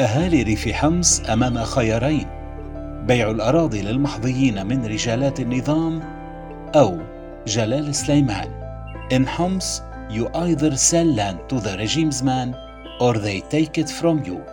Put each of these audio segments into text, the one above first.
أهالي ريف حمص أمام خيارين: بيع الأراضي للمحظيين من رجالات النظام أو جلال سليمان. In Homs, you either sell land to the regime's man or they take it from you.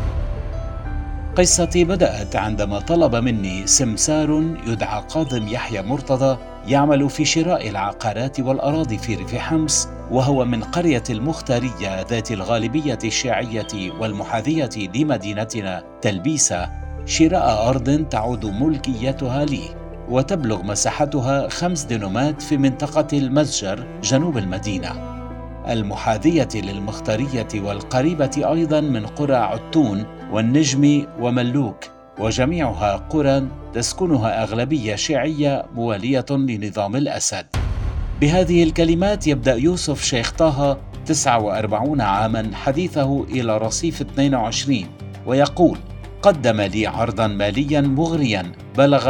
قصتي بدأت عندما طلب مني سمسار يدعى قاضم يحيى مرتضى يعمل في شراء العقارات والأراضي في ريف حمص، وهو من قرية المختارية ذات الغالبية الشيعية والمحاذية لمدينتنا تلبيسة، شراء أرض تعود ملكيتها لي وتبلغ مساحتها 5 دنومات في منطقة المسجر جنوب المدينة المحاذية للمختارية والقريبة أيضا من قرى عتون والنجم وملوك، وجميعها قرى تسكنها أغلبية شيعية موالية لنظام الأسد. بهذه الكلمات يبدأ يوسف شيخ طه 49 عاما حديثه إلى رصيف 22 ويقول: قدم لي عرضا ماليا مغريا بلغ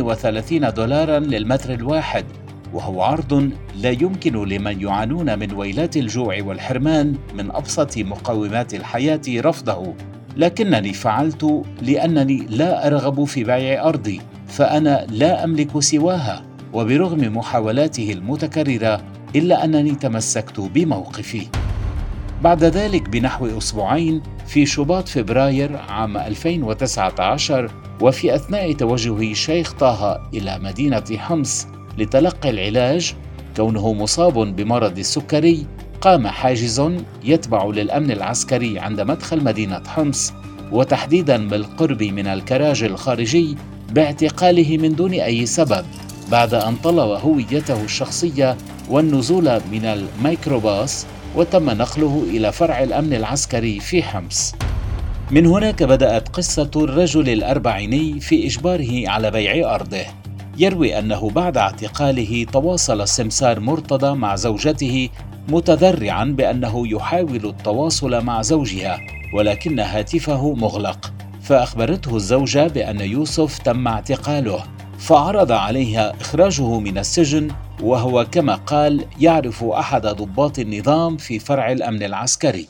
$32 للمتر الواحد، وهو عرض لا يمكن لمن يعانون من ويلات الجوع والحرمان من أبسط مقومات الحياة رفضه، لكنني فعلت لأنني لا أرغب في بيع أرضي، فأنا لا أملك سواها، وبرغم محاولاته المتكررة إلا أنني تمسكت بموقفي. بعد ذلك بنحو أسبوعين في شباط فبراير عام 2019، وفي أثناء توجه شيخ طه إلى مدينة حمص لتلقي العلاج كونه مصاب بمرض السكري، قام حاجز يتبع للأمن العسكري عند مدخل مدينة حمص، وتحديداً بالقرب من الكراج الخارجي، باعتقاله من دون أي سبب بعد أن طلب هويته الشخصية والنزول من الميكروباص، وتم نقله إلى فرع الأمن العسكري في حمص. من هناك بدأت قصة الرجل الأربعيني في إجباره على بيع أرضه. يروي أنه بعد اعتقاله تواصل السمسار مرتضى مع زوجته متذرعاً بأنه يحاول التواصل مع زوجها ولكن هاتفه مغلق، فأخبرته الزوجة بأن يوسف تم اعتقاله، فعرض عليها إخراجه من السجن، وهو كما قال يعرف أحد ضباط النظام في فرع الأمن العسكري.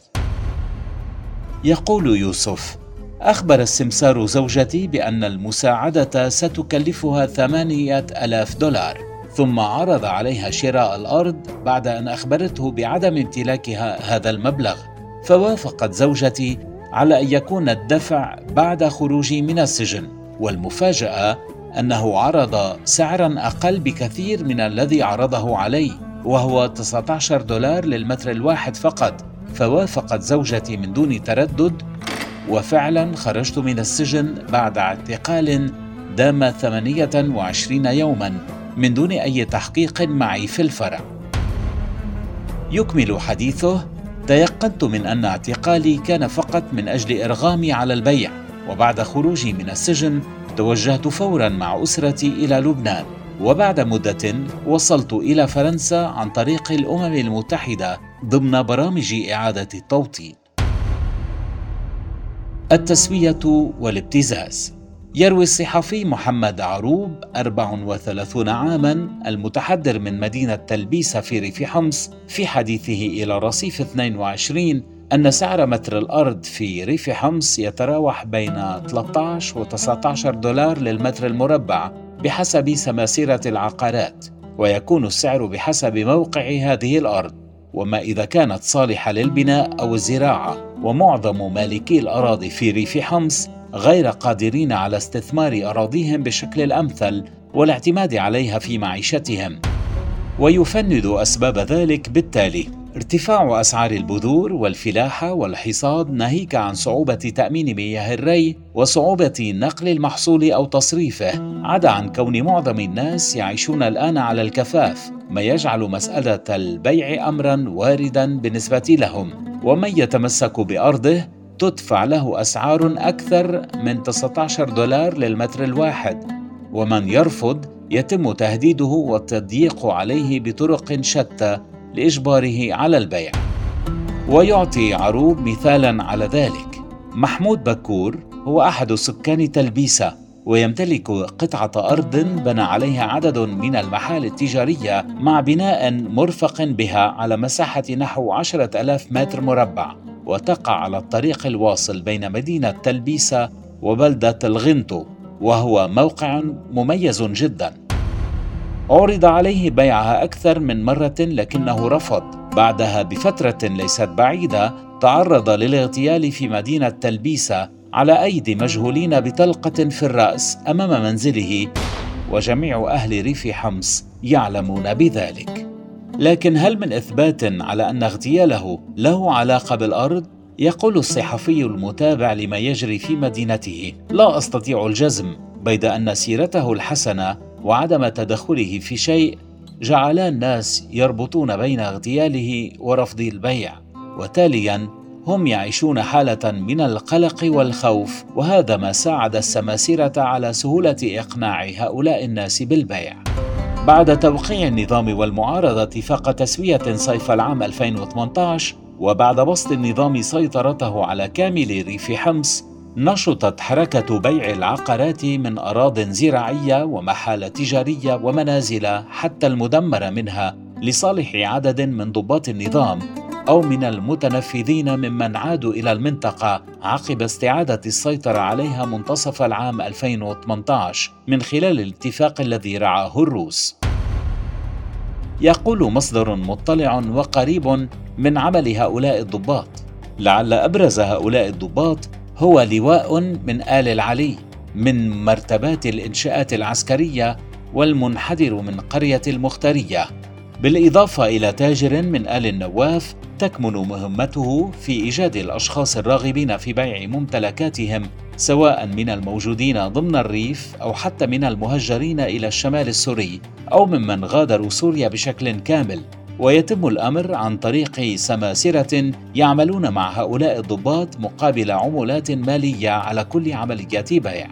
يقول يوسف: أخبر السمسار زوجتي بأن المساعدة ستكلفها $8,000، ثم عرض عليها شراء الأرض بعد أن أخبرته بعدم امتلاكها هذا المبلغ، فوافقت زوجتي على أن يكون الدفع بعد خروجي من السجن. والمفاجأة أنه عرض سعراً أقل بكثير من الذي عرضه علي، وهو $19 للمتر الواحد فقط، فوافقت زوجتي من دون تردد، وفعلاً خرجت من السجن بعد اعتقال دام 28 يوماً من دون أي تحقيق معي في الفرع. يكمل حديثه: تيقنت من أن اعتقالي كان فقط من أجل إرغامي على البيع، وبعد خروجي من السجن توجهت فوراً مع أسرتي إلى لبنان، وبعد مدة وصلت إلى فرنسا عن طريق الأمم المتحدة ضمن برامج إعادة التوطين. التسوية والابتزاز. يروي الصحفي محمد عروب 34 عاماً المتحدر من مدينة تلبيسة في ريف حمص في حديثه إلى رصيف 22 أن سعر متر الأرض في ريف حمص يتراوح بين $13 و $19 للمتر المربع بحسب سماسرة العقارات، ويكون السعر بحسب موقع هذه الأرض وما إذا كانت صالحة للبناء أو الزراعة. ومعظم مالكي الأراضي في ريف حمص غير قادرين على استثمار أراضيهم بالشكل الأمثل والاعتماد عليها في معيشتهم، ويفند أسباب ذلك بالتالي: ارتفاع أسعار البذور والفلاحة والحصاد، ناهيك عن صعوبة تأمين مياه الري وصعوبة نقل المحصول أو تصريفه، عدا عن كون معظم الناس يعيشون الآن على الكفاف، ما يجعل مسألة البيع أمراً وارداً بالنسبة لهم. ومن يتمسك بأرضه تدفع له أسعار أكثر من $19 للمتر الواحد، ومن يرفض يتم تهديده والتضييق عليه بطرق شتى لإجباره على البيع. ويعطي عروب مثالاً على ذلك: محمود بكور هو أحد سكان تلبيسة، ويمتلك قطعة أرض بنى عليها عدد من المحال التجارية مع بناء مرفق بها على مساحة نحو 10,000 متر مربع، وتقع على الطريق الواصل بين مدينة تلبيسة وبلدة الغنطو، وهو موقع مميز جدا. عرض عليه بيعها أكثر من مرة لكنه رفض. بعدها بفترة ليست بعيدة تعرض للاغتيال في مدينة تلبيسة على أيدي مجهولين بطلقة في الرأس أمام منزله، وجميع أهل ريف حمص يعلمون بذلك. لكن هل من إثبات على أن اغتياله له علاقة بالأرض؟ يقول الصحفي المتابع لما يجري في مدينته: لا أستطيع الجزم، بيد أن سيرته الحسنة وعدم تدخله في شيء جعلا الناس يربطون بين اغتياله ورفض البيع، وتاليا هم يعيشون حالة من القلق والخوف، وهذا ما ساعد السماسرة على سهولة إقناع هؤلاء الناس بالبيع. بعد توقيع النظام والمعارضة اتفاق تسوية صيف العام 2018، وبعد بسط النظام سيطرته على كامل ريف حمص، نشطت حركة بيع العقارات من أراضٍ زراعية ومحال تجارية ومنازل حتى المدمرة منها لصالح عدد من ضباط النظام أو من المتنفذين ممن عادوا إلى المنطقة عقب استعادة السيطرة عليها منتصف العام 2018 من خلال الاتفاق الذي رعاه الروس. يقول مصدر مطلع وقريب من عمل هؤلاء الضباط: لعل أبرز هؤلاء الضباط هو لواء من آل العلي من مرتبات الإنشاءات العسكرية والمنحدر من قرية المختارية، بالإضافة إلى تاجر من آل النواف تكمن مهمته في إيجاد الأشخاص الراغبين في بيع ممتلكاتهم، سواء من الموجودين ضمن الريف أو حتى من المهجرين إلى الشمال السوري أو ممن غادروا سوريا بشكل كامل. ويتم الأمر عن طريق سماسرة يعملون مع هؤلاء الضباط مقابل عمولات مالية على كل عمليات بيع.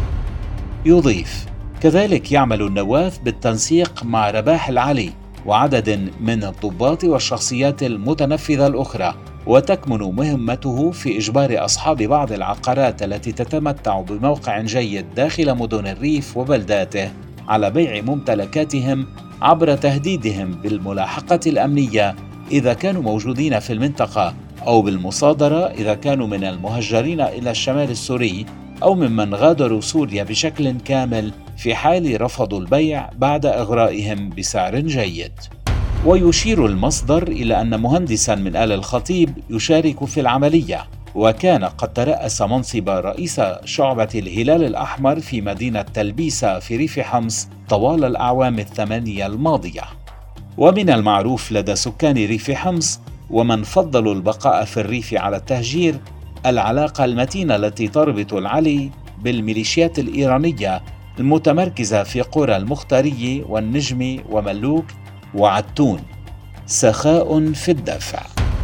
يضيف: كذلك يعمل النواف بالتنسيق مع رباح العلي وعدد من الضباط والشخصيات المتنفذة الأخرى، وتكمن مهمته في إجبار أصحاب بعض العقارات التي تتمتع بموقع جيد داخل مدن الريف وبلداته على بيع ممتلكاتهم عبر تهديدهم بالملاحقة الأمنية إذا كانوا موجودين في المنطقة، أو بالمصادرة إذا كانوا من المهجرين إلى الشمال السوري أو ممن غادروا سوريا بشكل كامل في حال رفضوا البيع بعد إغرائهم بسعر جيد. ويشير المصدر إلى أن مهندساً من آل الخطيب يشارك في العملية، وكان قد ترأس منصب رئيس شعبة الهلال الأحمر في مدينة تلبيسة في ريف حمص طوال الأعوام 8 الماضية. ومن المعروف لدى سكان ريف حمص ومن فضلوا البقاء في الريف على التهجير العلاقة المتينة التي تربط العلي بالميليشيات الإيرانية المتمركزة في قرى المختاري والنجم وملوك وعتون، سخاء في الدفع.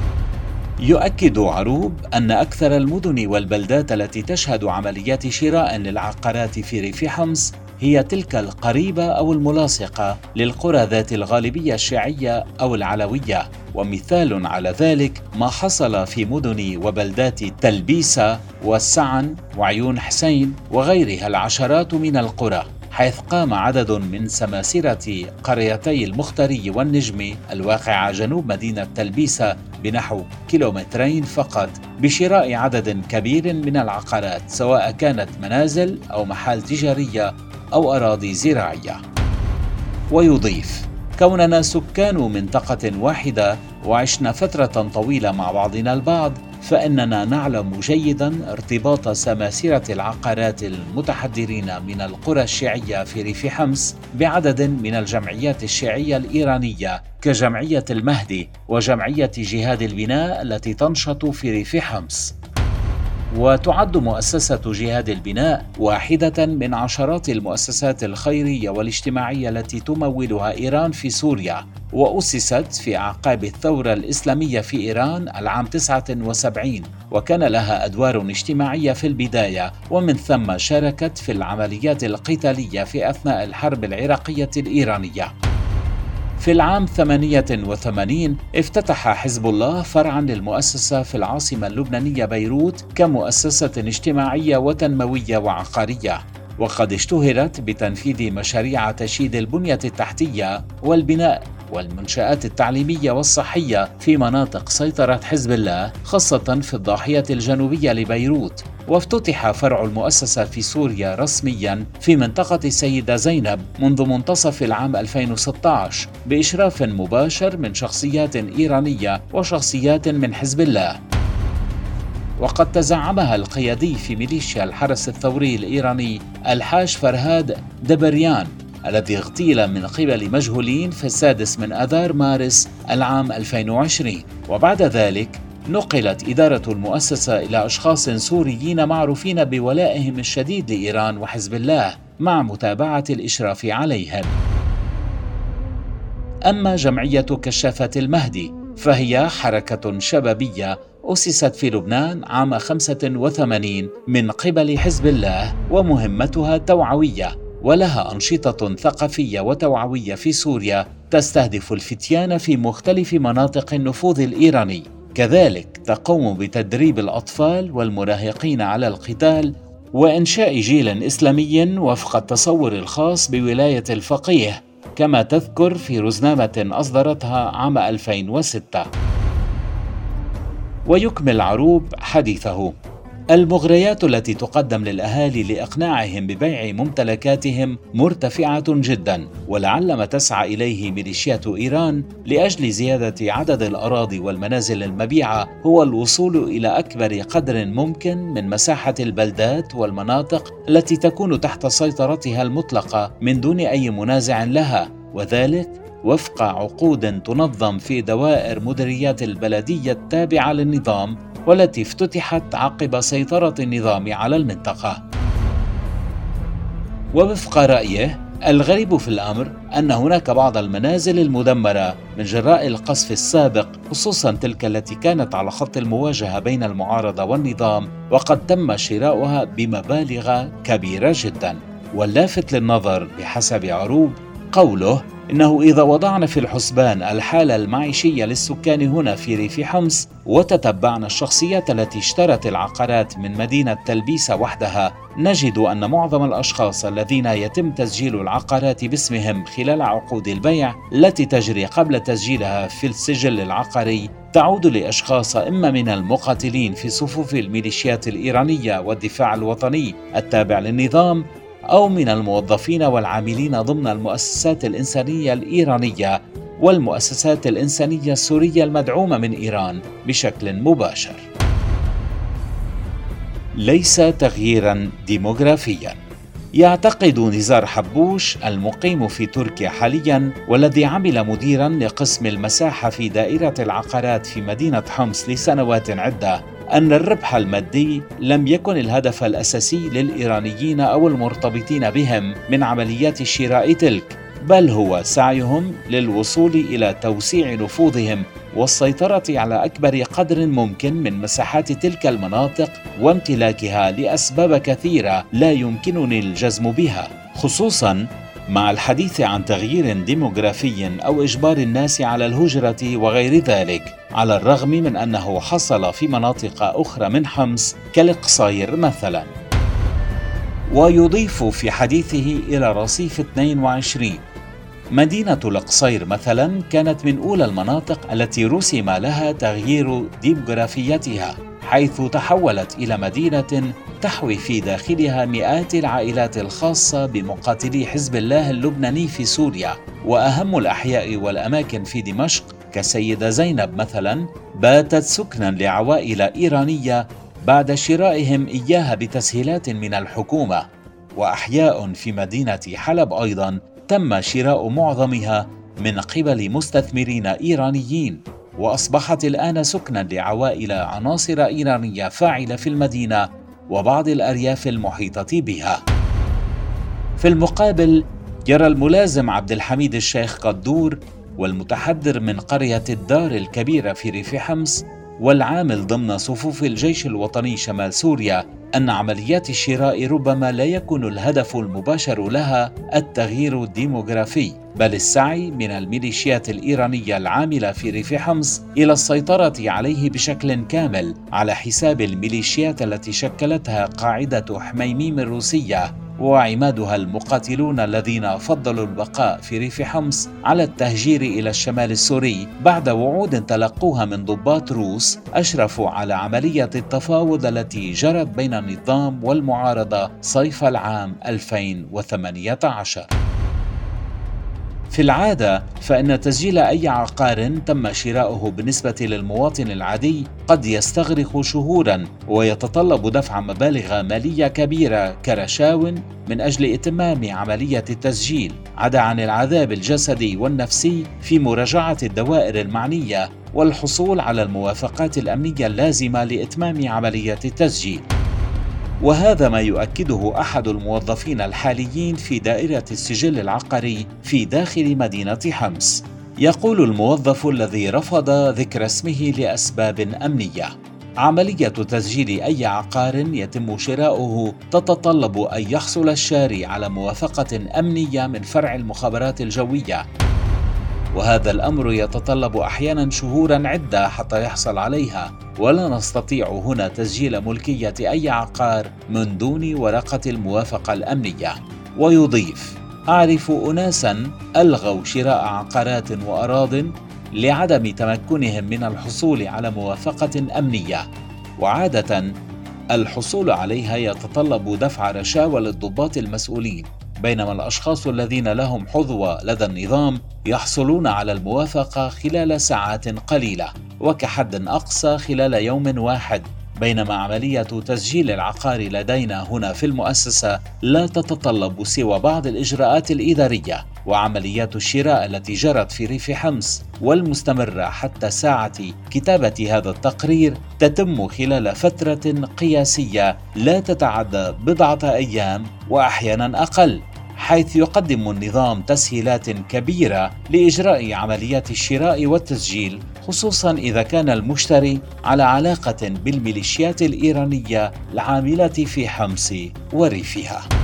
يؤكد عروب أن أكثر المدن والبلدات التي تشهد عمليات شراء للعقارات في ريف حمص هي تلك القريبة أو الملاصقة للقرى ذات الغالبية الشيعية أو العلوية، ومثال على ذلك ما حصل في مدن وبلدات تلبيسة والسعن وعيون حسين وغيرها العشرات من القرى، حيث قام عدد من سماسرة قريتي المختاري والنجم الواقعة جنوب مدينة تلبيسة بنحو 2 كيلومترين فقط بشراء عدد كبير من العقارات، سواء كانت منازل أو محال تجارية أو أراضي زراعية. ويضيف: كوننا سكان منطقة واحدة وعشنا فترة طويلة مع بعضنا البعض، فإننا نعلم جيداً ارتباط سماسرة العقارات المتحدرين من القرى الشيعية في ريف حمص بعدد من الجمعيات الشيعية الإيرانية كجمعية المهدي وجمعية جهاد البناء التي تنشط في ريف حمص. وتعد مؤسسة جهاد البناء واحدة من عشرات المؤسسات الخيرية والاجتماعية التي تمولها إيران في سوريا، وأسست في أعقاب الثورة الإسلامية في إيران العام 79، وكان لها أدوار اجتماعية في البداية، ومن ثم شاركت في العمليات القتالية في أثناء الحرب العراقية الإيرانية. في العام 88 افتتح حزب الله فرعاً للمؤسسة في العاصمة اللبنانية بيروت كمؤسسة اجتماعية وتنموية وعقارية، وقد اشتهرت بتنفيذ مشاريع تشييد البنية التحتية والبناء والمنشآت التعليمية والصحية في مناطق سيطرة حزب الله، خاصة في الضاحية الجنوبية لبيروت. وافتتح فرع المؤسسة في سوريا رسمياً في منطقة السيدة زينب منذ منتصف العام 2016 بإشراف مباشر من شخصيات إيرانية وشخصيات من حزب الله. وقد تزعمها القيادي في ميليشيا الحرس الثوري الإيراني الحاج فرهاد دبريان، الذي اغتيل من قبل مجهولين في 6 آذار مارس العام 2020. وبعد ذلك نقلت إدارة المؤسسة إلى أشخاص سوريين معروفين بولائهم الشديد لإيران وحزب الله مع متابعة الإشراف عليهم. أما جمعية كشافات المهدي فهي حركة شبابية أسست في لبنان عام 85 من قبل حزب الله، ومهمتها توعوية، ولها أنشطة ثقافية وتوعوية في سوريا تستهدف الفتيان في مختلف مناطق النفوذ الإيراني. كذلك تقوم بتدريب الأطفال والمراهقين على القتال وإنشاء جيل إسلامي وفق التصور الخاص بولاية الفقيه، كما تذكر في رزنامة أصدرتها عام 2006. ويكمل عروب حديثه: المغريات التي تقدم للأهالي لإقناعهم ببيع ممتلكاتهم مرتفعة جدا، ولعل ما تسعى إليه ميليشيات إيران لأجل زيادة عدد الأراضي والمنازل المبيعة هو الوصول إلى أكبر قدر ممكن من مساحة البلدات والمناطق التي تكون تحت سيطرتها المطلقة من دون أي منازع لها، وذلك وفق عقود تنظم في دوائر مديريات البلدية التابعة للنظام والتي افتتحت عقب سيطرة النظام على المنطقة. ووفق رأيه، الغريب في الأمر أن هناك بعض المنازل المدمرة من جراء القصف السابق، خصوصا تلك التي كانت على خط المواجهة بين المعارضة والنظام، وقد تم شراؤها بمبالغ كبيرة جدا. واللافت للنظر بحسب عروب قوله إنه إذا وضعنا في الحسبان الحالة المعيشية للسكان هنا في ريف حمص وتتبعنا الشخصيات التي اشترت العقارات من مدينة تلبيسة وحدها، نجد أن معظم الأشخاص الذين يتم تسجيل العقارات باسمهم خلال عقود البيع التي تجري قبل تسجيلها في السجل العقاري تعود لأشخاص إما من المقاتلين في صفوف الميليشيات الإيرانية والدفاع الوطني التابع للنظام، أو من الموظفين والعاملين ضمن المؤسسات الإنسانية الإيرانية والمؤسسات الإنسانية السورية المدعومة من إيران بشكل مباشر. ليس تغييراً ديموغرافياً. يعتقد نزار حبوش المقيم في تركيا حالياً والذي عمل مديراً لقسم المساحة في دائرة العقارات في مدينة حمص لسنوات عدة أن الربح المادي لم يكن الهدف الأساسي للإيرانيين أو المرتبطين بهم من عمليات الشراء تلك، بل هو سعيهم للوصول إلى توسيع نفوذهم والسيطرة على أكبر قدر ممكن من مساحات تلك المناطق وامتلاكها لأسباب كثيرة لا يمكنني الجزم بها، خصوصاً مع الحديث عن تغيير ديموغرافي أو إجبار الناس على الهجرة وغير ذلك، على الرغم من أنه حصل في مناطق أخرى من حمص كالقصير مثلا. ويضيف في حديثه إلى رصيف 22: مدينة القصير مثلا كانت من أولى المناطق التي رسم لها تغيير ديموغرافيتها، حيث تحولت إلى مدينة تحوي في داخلها مئات العائلات الخاصة بمقاتلي حزب الله اللبناني في سوريا. وأهم الأحياء والأماكن في دمشق كسيدة زينب مثلا باتت سكنا لعوائل إيرانية بعد شرائهم إياها بتسهيلات من الحكومة. وأحياء في مدينة حلب أيضا تم شراء معظمها من قبل مستثمرين إيرانيين، وأصبحت الآن سكنا لعوائل عناصر إيرانية فاعلة في المدينة وبعض الأرياف المحيطة بها. في المقابل يرى الملازم عبد الحميد الشيخ قدور والمتحدر من قرية الدار الكبيرة في ريف حمص والعامل ضمن صفوف الجيش الوطني شمال سوريا أن عمليات الشراء ربما لا يكون الهدف المباشر لها التغيير الديموغرافي، بل السعي من الميليشيات الإيرانية العاملة في ريف حمص إلى السيطرة عليه بشكل كامل على حساب الميليشيات التي شكلتها قاعدة حميميم الروسية وعمادها المقاتلون الذين فضلوا البقاء في ريف حمص على التهجير إلى الشمال السوري بعد وعود تلقوها من ضباط روس أشرفوا على عملية التفاوض التي جرت بين النظام والمعارضة صيف العام 2018. في العادة فإن تسجيل أي عقار تم شراؤه بالنسبة للمواطن العادي قد يستغرق شهوراً ويتطلب دفع مبالغ مالية كبيرة كرشاو من أجل إتمام عملية التسجيل، عدا عن العذاب الجسدي والنفسي في مراجعة الدوائر المعنية والحصول على الموافقات الأمنية اللازمة لإتمام عملية التسجيل. وهذا ما يؤكده أحد الموظفين الحاليين في دائرة السجل العقاري في داخل مدينة حمص. يقول الموظف الذي رفض ذكر اسمه لأسباب أمنية: عملية تسجيل أي عقار يتم شراؤه تتطلب أن يحصل الشاري على موافقة أمنية من فرع المخابرات الجوية، وهذا الأمر يتطلب أحياناً شهوراً عدة حتى يحصل عليها، ولا نستطيع هنا تسجيل ملكية أي عقار من دون ورقة الموافقة الأمنية. ويضيف: أعرف أناساً ألغوا شراء عقارات وأراضٍ لعدم تمكنهم من الحصول على موافقة أمنية، وعادة الحصول عليها يتطلب دفع رشاوى للضباط المسؤولين، بينما الأشخاص الذين لهم حظوة لدى النظام يحصلون على الموافقة خلال ساعات قليلة وكحد أقصى خلال يوم واحد، بينما عملية تسجيل العقار لدينا هنا في المؤسسة لا تتطلب سوى بعض الإجراءات الإدارية. وعمليات الشراء التي جرت في ريف حمص والمستمرة حتى ساعة كتابة هذا التقرير تتم خلال فترة قياسية لا تتعدى بضعة أيام وأحيانا أقل، حيث يقدم النظام تسهيلات كبيرة لإجراء عمليات الشراء والتسجيل، خصوصاً إذا كان المشتري على علاقة بالميليشيات الإيرانية العاملة في حمص وريفها.